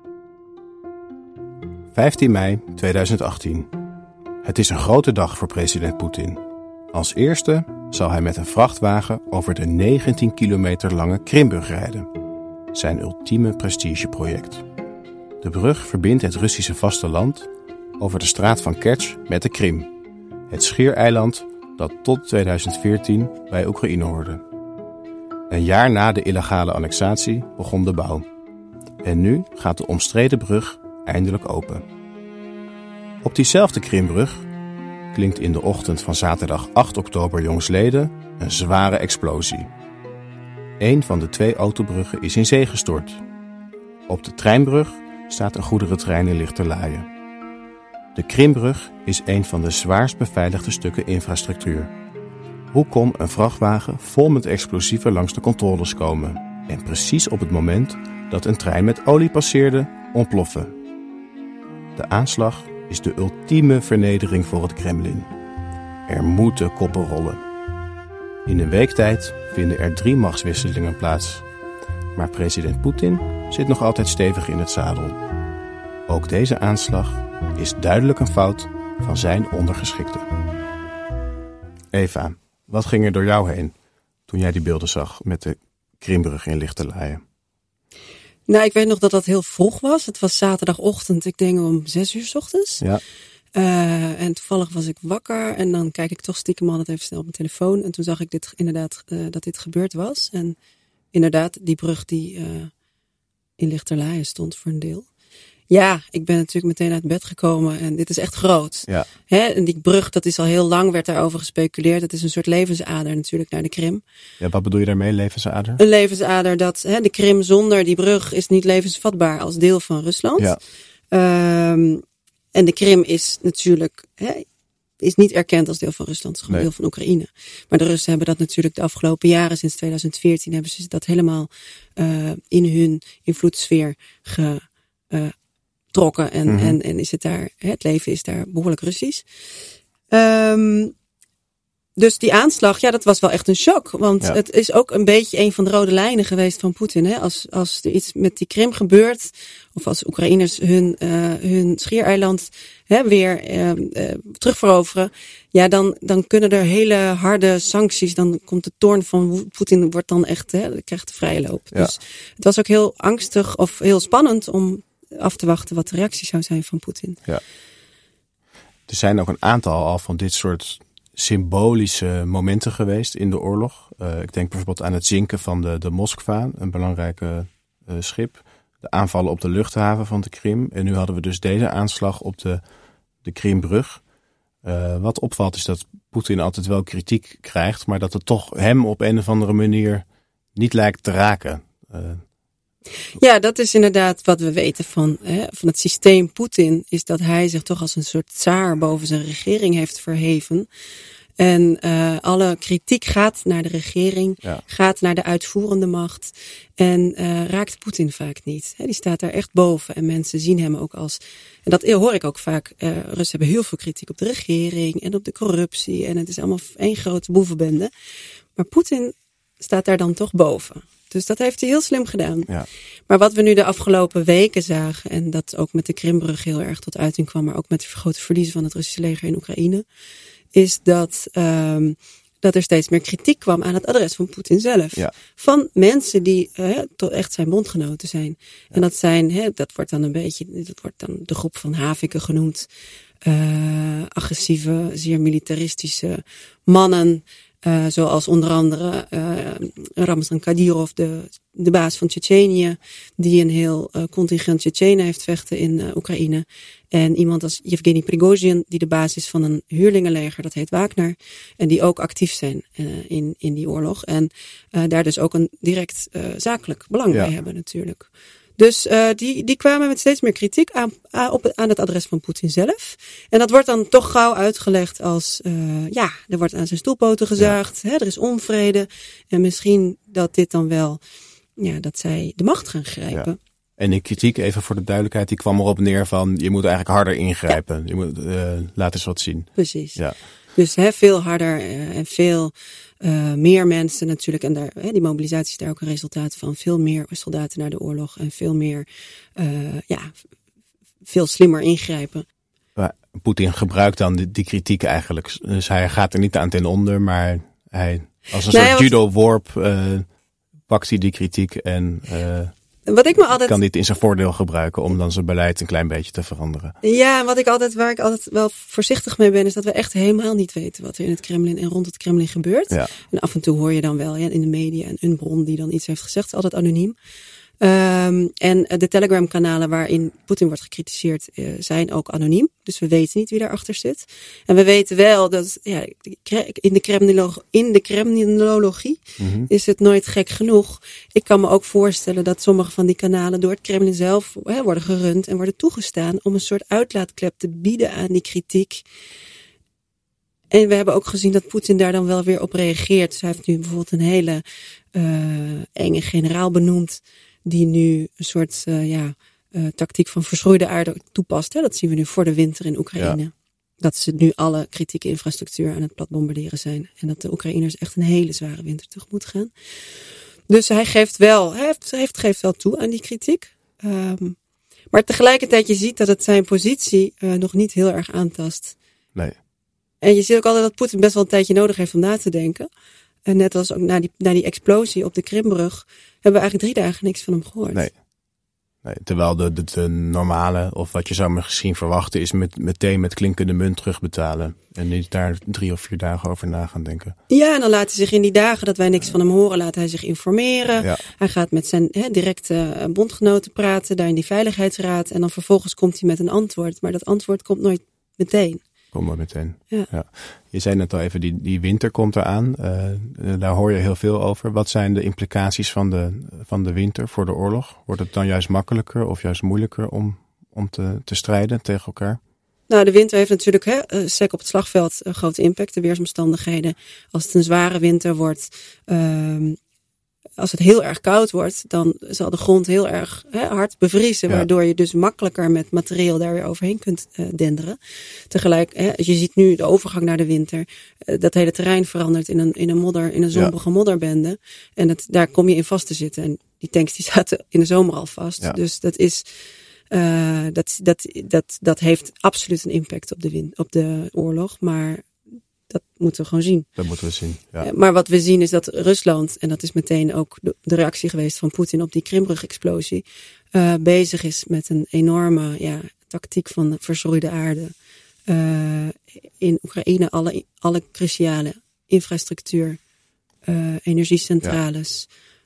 15 mei 2018. Het is een grote dag voor president Poetin. Als eerste zal hij met een vrachtwagen over de 19 kilometer lange Krimbrug rijden. Zijn ultieme prestigeproject. De brug verbindt het Russische vasteland over de straat van Kertj met de Krim. Het schiereiland dat tot 2014 bij Oekraïne hoorde. Een jaar na de illegale annexatie begon de bouw. En nu gaat de omstreden brug eindelijk open. Op diezelfde Krimbrug klinkt in de ochtend van zaterdag 8 oktober jongstleden een zware explosie. Een van de 2 autobruggen is in zee gestort. Op de treinbrug staat een goederentrein in Lichterlaaien. De Krimbrug is een van de zwaarst beveiligde stukken infrastructuur. Hoe kon een vrachtwagen vol met explosieven langs de controles komen en precies op het moment dat een trein met olie passeerde ontploffen? De aanslag is de ultieme vernedering voor het Kremlin. Er moeten koppen rollen. In een week tijd vinden er 3 machtswisselingen plaats. Maar president Poetin zit nog altijd stevig in het zadel. Ook deze aanslag is duidelijk een fout van zijn ondergeschikte. Eva, wat ging er door jou heen toen jij die beelden zag met de Krimbrug in Lichterlaaien? Nou, ik weet nog dat dat heel vroeg was. Het was zaterdagochtend, ik denk om 6 uur 's ochtends. Ja. En toevallig was ik wakker en dan kijk ik toch stiekem altijd even snel op mijn telefoon. En toen zag ik dat dit gebeurd was. En inderdaad, die brug die in Lichterlaaien stond voor een deel. Ja, ik ben natuurlijk meteen uit bed gekomen en dit is echt groot. Ja. En die brug, dat is al heel lang, werd daarover gespeculeerd. Het is een soort levensader natuurlijk naar de Krim. Ja, wat bedoel je daarmee, levensader? Een levensader dat de Krim zonder die brug is niet levensvatbaar als deel van Rusland. Ja. En de Krim is natuurlijk is niet erkend als deel van Rusland, het is gewoon deel van Oekraïne. Maar de Russen hebben dat natuurlijk de afgelopen jaren, sinds 2014, hebben ze dat helemaal in hun invloedssfeer getrokken. En is het daar, het leven is daar behoorlijk Russisch. Dus die aanslag, ja, dat was wel echt een shock. Want het is ook een beetje een van de rode lijnen geweest van Poetin. Hè? Als er iets met die Krim gebeurt, of als Oekraïners hun schiereiland weer terugveroveren, ja, dan kunnen er hele harde sancties. Dan komt de toorn van Poetin, wordt dan echt, krijgt de vrije loop. Ja. Dus het was ook heel angstig of heel spannend om af te wachten wat de reactie zou zijn van Poetin. Ja. Er zijn ook een aantal al van dit soort symbolische momenten geweest in de oorlog. Ik denk bijvoorbeeld aan het zinken van de Moskva, een belangrijke schip. De aanvallen op de luchthaven van de Krim. En nu hadden we dus deze aanslag op de Krimbrug. Wat opvalt is dat Poetin altijd wel kritiek krijgt, maar dat het toch hem op een of andere manier niet lijkt te raken. Ja, dat is inderdaad wat we weten van het systeem Poetin, is dat hij zich toch als een soort tsaar boven zijn regering heeft verheven. En alle kritiek gaat naar de regering, gaat naar de uitvoerende macht en raakt Poetin vaak niet. Die staat daar echt boven en mensen zien hem ook als, en dat hoor ik ook vaak, Russen hebben heel veel kritiek op de regering en op de corruptie en het is allemaal één grote boevenbende. Maar Poetin staat daar dan toch boven. Dus dat heeft hij heel slim gedaan. Ja. Maar wat we nu de afgelopen weken zagen, en dat ook met de Krimbrug heel erg tot uiting kwam, maar ook met de grote verliezen van het Russische leger in Oekraïne, is dat er steeds meer kritiek kwam aan het adres van Poetin zelf. Ja. Van mensen die toch echt zijn bondgenoten zijn. Ja. En dat zijn, dat wordt dan de groep van Haviken genoemd. Agressieve, zeer militaristische mannen. Zoals onder andere Ramzan Kadyrov, de baas van Tsjetsjenië, die een heel contingent Tsjetsjenen heeft vechten in Oekraïne. En iemand als Yevgeny Prigozhin, die de baas is van een huurlingenleger, dat heet Wagner. En die ook actief zijn in die oorlog. En daar dus ook een direct zakelijk belang bij hebben natuurlijk. Dus die kwamen met steeds meer kritiek aan het adres van Poetin zelf. En dat wordt dan toch gauw uitgelegd als, er wordt aan zijn stoelpoten gezaagd. Er is onvrede. En misschien dat dit dan wel, dat zij de macht gaan grijpen. Ja. En die kritiek, even voor de duidelijkheid, die kwam erop neer van, je moet eigenlijk harder ingrijpen. Ja. Je moet, laat eens wat zien. Precies. Ja. Dus veel harder en veel meer mensen natuurlijk. En die mobilisatie is daar ook een resultaat van. Veel meer soldaten naar de oorlog. En veel meer, veel slimmer ingrijpen. Poetin gebruikt dan die kritiek eigenlijk. Dus hij gaat er niet aan ten onder, maar hij als een soort judo-worp pakt hij die kritiek en kan dit in zijn voordeel gebruiken om dan zijn beleid een klein beetje te veranderen. Ja, waar ik altijd wel voorzichtig mee ben, is dat we echt helemaal niet weten wat er in het Kremlin en rond het Kremlin gebeurt. Ja. En af en toe hoor je dan wel in de media een bron die dan iets heeft gezegd, is altijd anoniem. En de Telegram-kanalen waarin Poetin wordt gekritiseerd zijn ook anoniem. Dus we weten niet wie daarachter zit. En we weten wel dat in de Kremlinologie is het nooit gek genoeg. Ik kan me ook voorstellen dat sommige van die kanalen door het Kremlin zelf worden gerund en worden toegestaan om een soort uitlaatklep te bieden aan die kritiek. En we hebben ook gezien dat Poetin daar dan wel weer op reageert. Dus hij heeft nu bijvoorbeeld een hele enge generaal benoemd die nu een soort tactiek van verschroeide aarde toepast. Hè? Dat zien we nu voor de winter in Oekraïne. Ja. Dat ze nu alle kritieke infrastructuur aan het plat bombarderen zijn. En dat de Oekraïners echt een hele zware winter tegemoet gaan. Dus hij geeft wel toe aan die kritiek. Maar tegelijkertijd je ziet dat het zijn positie nog niet heel erg aantast. Nee. En je ziet ook altijd dat Poetin best wel een tijdje nodig heeft om na te denken. En net als ook na die explosie op de Krimbrug hebben we eigenlijk 3 dagen niks van hem gehoord. Nee, terwijl de normale, of wat je zou misschien verwachten, is meteen met klinkende munt terugbetalen. En niet daar 3 of 4 dagen over na gaan denken. Ja, en dan laat hij zich in die dagen dat wij niks van hem horen, laat hij zich informeren. Ja. Hij gaat met zijn directe bondgenoten praten, daar in die veiligheidsraad. En dan vervolgens komt hij met een antwoord. Maar dat antwoord komt nooit meteen. Kom maar meteen. Ja. Je zei net al even, die winter komt eraan. Daar hoor je heel veel over. Wat zijn de implicaties van de winter voor de oorlog? Wordt het dan juist makkelijker of juist moeilijker om te strijden tegen elkaar? Nou, de winter heeft natuurlijk sec op het slagveld een grote impact. De weersomstandigheden. Als het een zware winter wordt, als het heel erg koud wordt, dan zal de grond heel erg hard bevriezen. Ja. Waardoor je dus makkelijker met materieel daar weer overheen kunt denderen. Tegelijk, je ziet nu de overgang naar de winter. Dat hele terrein verandert in een zombige modderbende. En daar kom je in vast te zitten. En die tanks die zaten in de zomer al vast. Ja. Dus dat is dat heeft absoluut een impact op de oorlog. Maar dat moeten we gewoon zien. Dat moeten we zien, ja. Maar wat we zien is dat Rusland, en dat is meteen ook de reactie geweest van Poetin op die Krimbrug-explosie, bezig is met een enorme tactiek van verschroeide aarde. In Oekraïne alle cruciale infrastructuur, energiecentrales,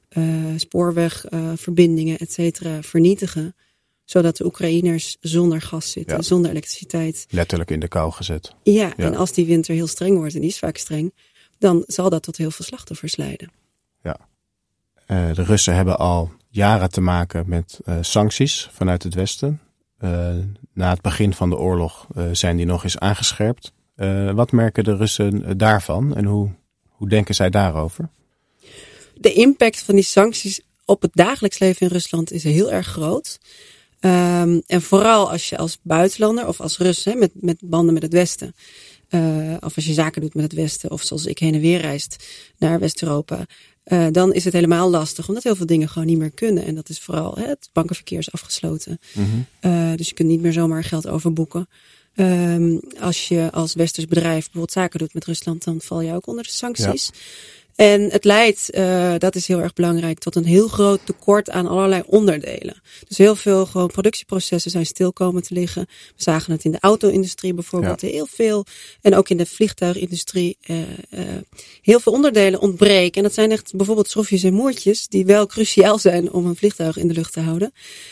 spoorwegverbindingen, et cetera, vernietigen. Zodat de Oekraïners zonder gas zitten, zonder elektriciteit. Letterlijk in de kou gezet. Ja, en als die winter heel streng wordt, en die is vaak streng, dan zal dat tot heel veel slachtoffers leiden. Ja. De Russen hebben al jaren te maken met sancties vanuit het Westen. Na het begin van de oorlog zijn die nog eens aangescherpt. Wat merken de Russen daarvan en hoe denken zij daarover? De impact van die sancties op het dagelijks leven in Rusland is heel erg groot. En vooral als je als buitenlander of als Rus met banden met het Westen, of als je zaken doet met het Westen, of zoals ik heen en weer reist naar West-Europa, dan is het helemaal lastig, omdat heel veel dingen gewoon niet meer kunnen. En dat is vooral het bankenverkeer is afgesloten. Mm-hmm. Dus je kunt niet meer zomaar geld overboeken. Als je als Westers bedrijf bijvoorbeeld zaken doet met Rusland, dan val je ook onder de sancties. Ja. En het leidt, dat is heel erg belangrijk, tot een heel groot tekort aan allerlei onderdelen. Dus heel veel gewoon productieprocessen zijn stil komen te liggen. We zagen het in de auto-industrie bijvoorbeeld heel veel. En ook in de vliegtuigindustrie heel veel onderdelen ontbreken. En dat zijn echt bijvoorbeeld schroefjes en moertjes die wel cruciaal zijn om een vliegtuig in de lucht te houden.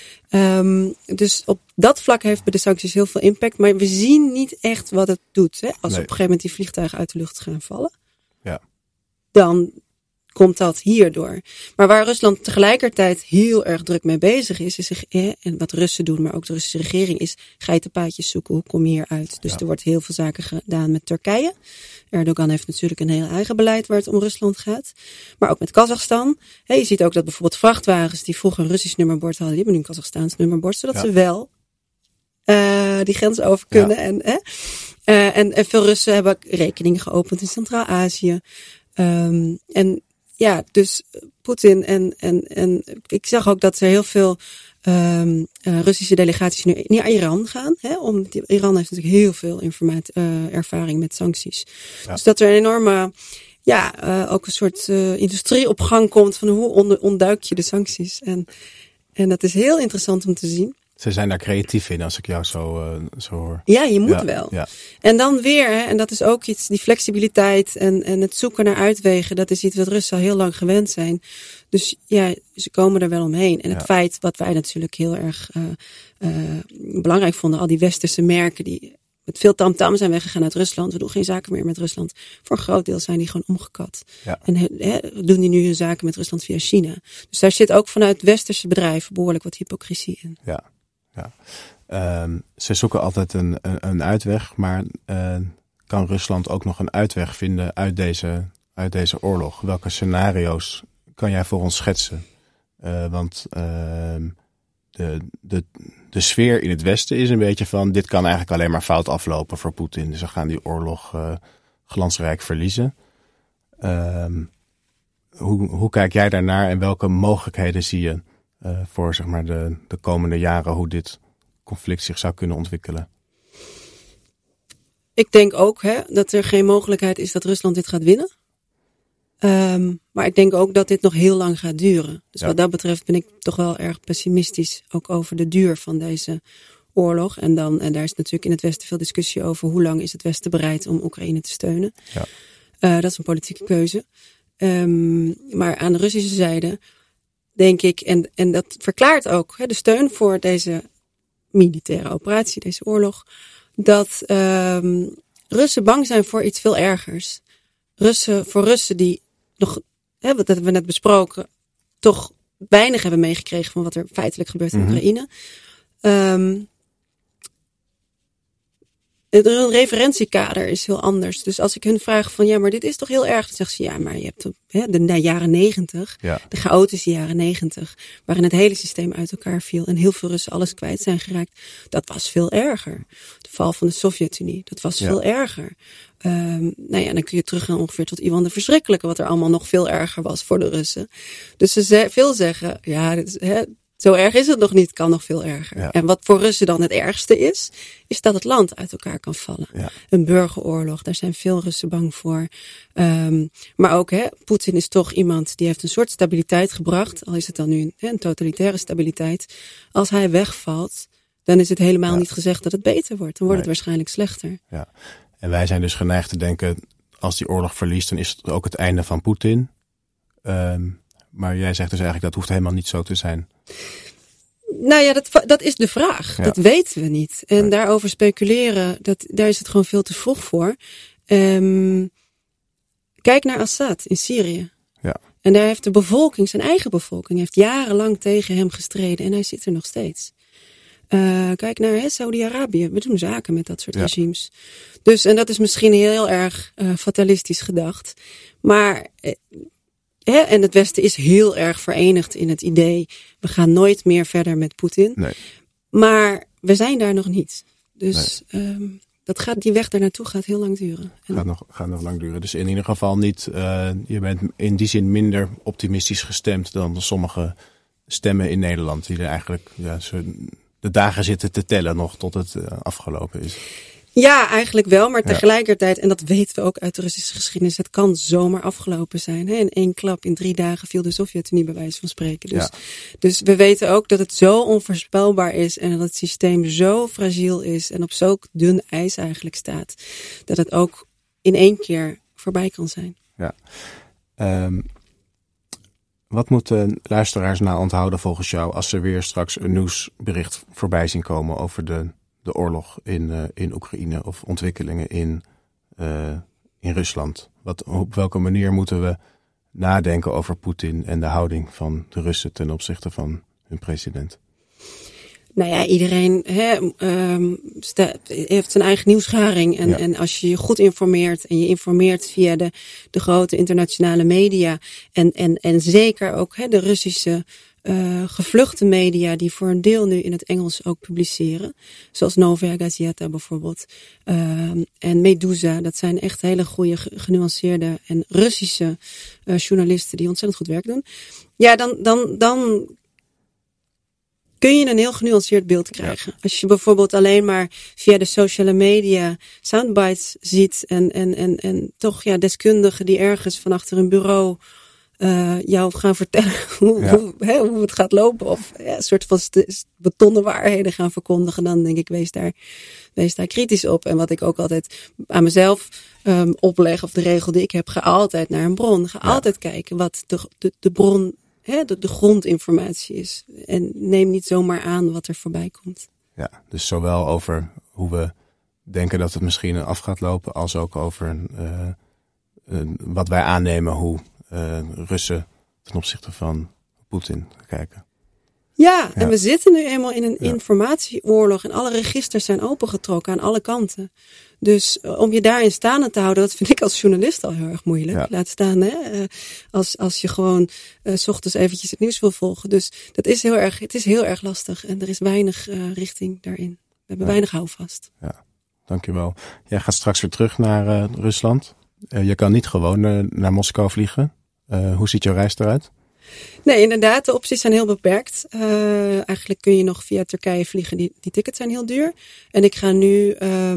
Dus op dat vlak heeft bij de sancties heel veel impact. Maar we zien niet echt wat het doet. Als op een gegeven moment die vliegtuigen uit de lucht gaan vallen. Ja. Dan komt dat hierdoor. Maar waar Rusland tegelijkertijd heel erg druk mee bezig is en wat Russen doen, maar ook de Russische regering, is geitenpaadjes zoeken. Hoe kom je hieruit? Dus er wordt heel veel zaken gedaan met Turkije. Erdogan heeft natuurlijk een heel eigen beleid waar het om Rusland gaat. Maar ook met Kazachstan. Je ziet ook dat bijvoorbeeld vrachtwagens die vroeger een Russisch nummerbord hadden, die hebben nu een Kazachstaans nummerbord, zodat ze wel die grens over kunnen. Ja. En veel Russen hebben rekeningen geopend in Centraal-Azië. En ja, dus Poetin en ik zag ook dat er heel veel Russische delegaties nu naar Iran gaan. Iran heeft natuurlijk heel veel ervaring met sancties. Ja. Dus dat er een enorme, ook een soort industrie op gang komt van hoe ontduik je de sancties. En dat is heel interessant om te zien. Ze zijn daar creatief in, als ik jou zo hoor. Ja, je moet wel. Ja. En dan weer, en dat is ook iets, die flexibiliteit en het zoeken naar uitwegen, dat is iets wat Russen al heel lang gewend zijn. Dus ja, ze komen er wel omheen. En het feit, wat wij natuurlijk heel erg belangrijk vonden, al die westerse merken die met veel tamtam zijn weggegaan uit Rusland. We doen geen zaken meer met Rusland. Voor een groot deel zijn die gewoon omgekat. Ja. En doen die nu hun zaken met Rusland via China. Dus daar zit ook vanuit westerse bedrijven behoorlijk wat hypocrisie in. Ja. Ze zoeken altijd een uitweg, maar kan Rusland ook nog een uitweg vinden uit deze oorlog? Welke scenario's kan jij voor ons schetsen? Want de sfeer in het Westen is een beetje van, dit kan eigenlijk alleen maar fout aflopen voor Poetin. Dus ze gaan die oorlog glansrijk verliezen. Hoe kijk jij daarnaar en welke mogelijkheden zie je voor zeg maar de komende jaren, hoe dit conflict zich zou kunnen ontwikkelen? Ik denk ook dat er geen mogelijkheid is dat Rusland dit gaat winnen. Maar ik denk ook dat dit nog heel lang gaat duren. Dus wat dat betreft ben ik toch wel erg pessimistisch ook over de duur van deze oorlog. En daar is natuurlijk in het Westen veel discussie over hoe lang is het Westen bereid om Oekraïne te steunen. Ja. Dat is een politieke keuze. Maar aan de Russische zijde denk ik, en dat verklaart ook de steun voor deze militaire operatie, deze oorlog, dat Russen bang zijn voor iets veel ergers. Voor Russen die nog, wat hebben we net besproken, toch weinig hebben meegekregen van wat er feitelijk gebeurt in Oekraïne. Het referentiekader is heel anders. Dus als ik hun vraag van, maar dit is toch heel erg, dan zeggen ze, maar je hebt de jaren 90, de chaotische jaren 90, waarin het hele systeem uit elkaar viel en heel veel Russen alles kwijt zijn geraakt. Dat was veel erger. De val van de Sovjet-Unie, dat was veel erger. Dan kun je teruggaan ongeveer tot Ivan de Verschrikkelijke, wat er allemaal nog veel erger was voor de Russen. Dus ze veel zeggen, zo erg is het nog niet, kan nog veel erger. Ja. En wat voor Russen dan het ergste is dat het land uit elkaar kan vallen. Ja. Een burgeroorlog, daar zijn veel Russen bang voor. Maar ook, Poetin is toch iemand die heeft een soort stabiliteit gebracht. Al is het dan nu een totalitaire stabiliteit. Als hij wegvalt, dan is het helemaal niet gezegd dat het beter wordt. Dan wordt het waarschijnlijk slechter. Ja. En wij zijn dus geneigd te denken, als die oorlog verliest, dan is het ook het einde van Poetin. Maar jij zegt dus eigenlijk, dat hoeft helemaal niet zo te zijn. Nou ja, dat is de vraag. Ja. Dat weten we niet. En daarover speculeren, daar is het gewoon veel te vroeg voor. Kijk naar Assad in Syrië. Ja. En daar heeft de bevolking, zijn eigen bevolking, heeft jarenlang tegen hem gestreden. En hij zit er nog steeds. Kijk naar Saudi-Arabië. We doen zaken met dat soort regimes. Dus, en dat is misschien heel erg fatalistisch gedacht. Maar en het Westen is heel erg verenigd in het idee, we gaan nooit meer verder met Poetin. Nee. Maar we zijn daar nog niet. Dus die weg daar naartoe gaat heel lang duren. Gaat nog lang duren. Dus in ieder geval niet, je bent in die zin minder optimistisch gestemd dan sommige stemmen in Nederland, die er eigenlijk de dagen zitten te tellen nog tot het afgelopen is. Ja, eigenlijk wel, maar tegelijkertijd, en dat weten we ook uit de Russische geschiedenis, het kan zomaar afgelopen zijn. In 1 klap, in 3 dagen viel de Sovjet-Unie bij wijze van spreken. Dus we weten ook dat het zo onvoorspelbaar is en dat het systeem zo fragiel is en op zo dun ijs eigenlijk staat, dat het ook in 1 keer voorbij kan zijn. Ja. Wat moeten luisteraars nou onthouden volgens jou als ze weer straks een nieuwsbericht voorbij zien komen over de oorlog in Oekraïne of ontwikkelingen in Rusland? Op welke manier moeten we nadenken over Poetin en de houding van de Russen ten opzichte van hun president? Nou ja, iedereen heeft zijn eigen nieuwsgaring. En als je je goed informeert en je informeert via de grote internationale media en zeker ook de Russische gevluchte media die voor een deel nu in het Engels ook publiceren. Zoals Novaya Gazeta bijvoorbeeld. En Meduza, dat zijn echt hele goede genuanceerde en Russische journalisten die ontzettend goed werk doen. Ja, dan kun je een heel genuanceerd beeld krijgen. Ja. Als je bijvoorbeeld alleen maar via de sociale media soundbites ziet en toch deskundigen die ergens van achter een bureau jou gaan vertellen hoe het gaat lopen. Of een soort van betonnen waarheden gaan verkondigen. Dan denk ik, wees daar kritisch op. En wat ik ook altijd aan mezelf opleg, of de regel die ik heb, ga altijd naar een bron. Ga altijd kijken wat de bron, de grondinformatie is. En neem niet zomaar aan wat er voorbij komt. Ja, dus zowel over hoe we denken dat het misschien af gaat lopen, als ook over wat wij aannemen hoe Russen ten opzichte van Poetin kijken. Ja, en we zitten nu eenmaal in een informatieoorlog en alle registers zijn opengetrokken aan alle kanten. Dus om je daarin staande te houden, dat vind ik als journalist al heel erg moeilijk. Ja. Laat staan, als je gewoon 's ochtends eventjes het nieuws wil volgen. Dus het is heel erg lastig en er is weinig richting daarin. We hebben weinig houvast. Ja, dankjewel. Jij gaat straks weer terug naar Rusland. Je kan niet gewoon naar Moskou vliegen. Hoe ziet jouw reis eruit? Nee, inderdaad, de opties zijn heel beperkt. Eigenlijk kun je nog via Turkije vliegen. Die tickets zijn heel duur. En ik ga nu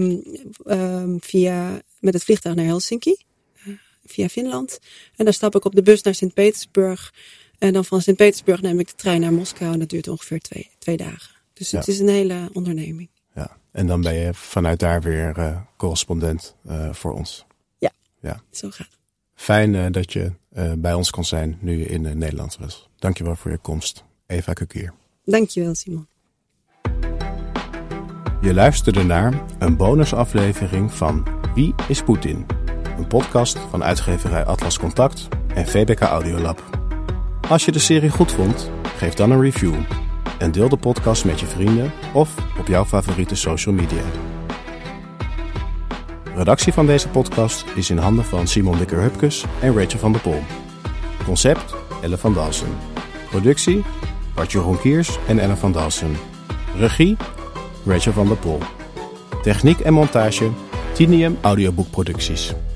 met het vliegtuig naar Helsinki. Via Finland. En dan stap ik op de bus naar Sint-Petersburg. En dan van Sint-Petersburg neem ik de trein naar Moskou. En dat duurt ongeveer twee dagen. Dus het is een hele onderneming. Ja, en dan ben je vanuit daar weer correspondent voor ons. Ja, zo gaat het. Fijn dat je bij ons kon zijn nu je in Nederland was. Dankjewel voor je komst. Eva Kukier. Dankjewel, Simon. Je luisterde naar een bonusaflevering van Wie is Poetin? Een podcast van uitgeverij Atlas Contact en VBK Audiolab. Als je de serie goed vond, geef dan een review. En deel de podcast met je vrienden of op jouw favoriete social media. Redactie van deze podcast is in handen van Simon Dikker-Hupkes en Rachel van der Pol. Concept Elle van Dalsen. Productie Bart-Jeroen Kiers en Elle van Dalsen. Regie Rachel van der Pol. Techniek en montage Tinium Audioboekproducties.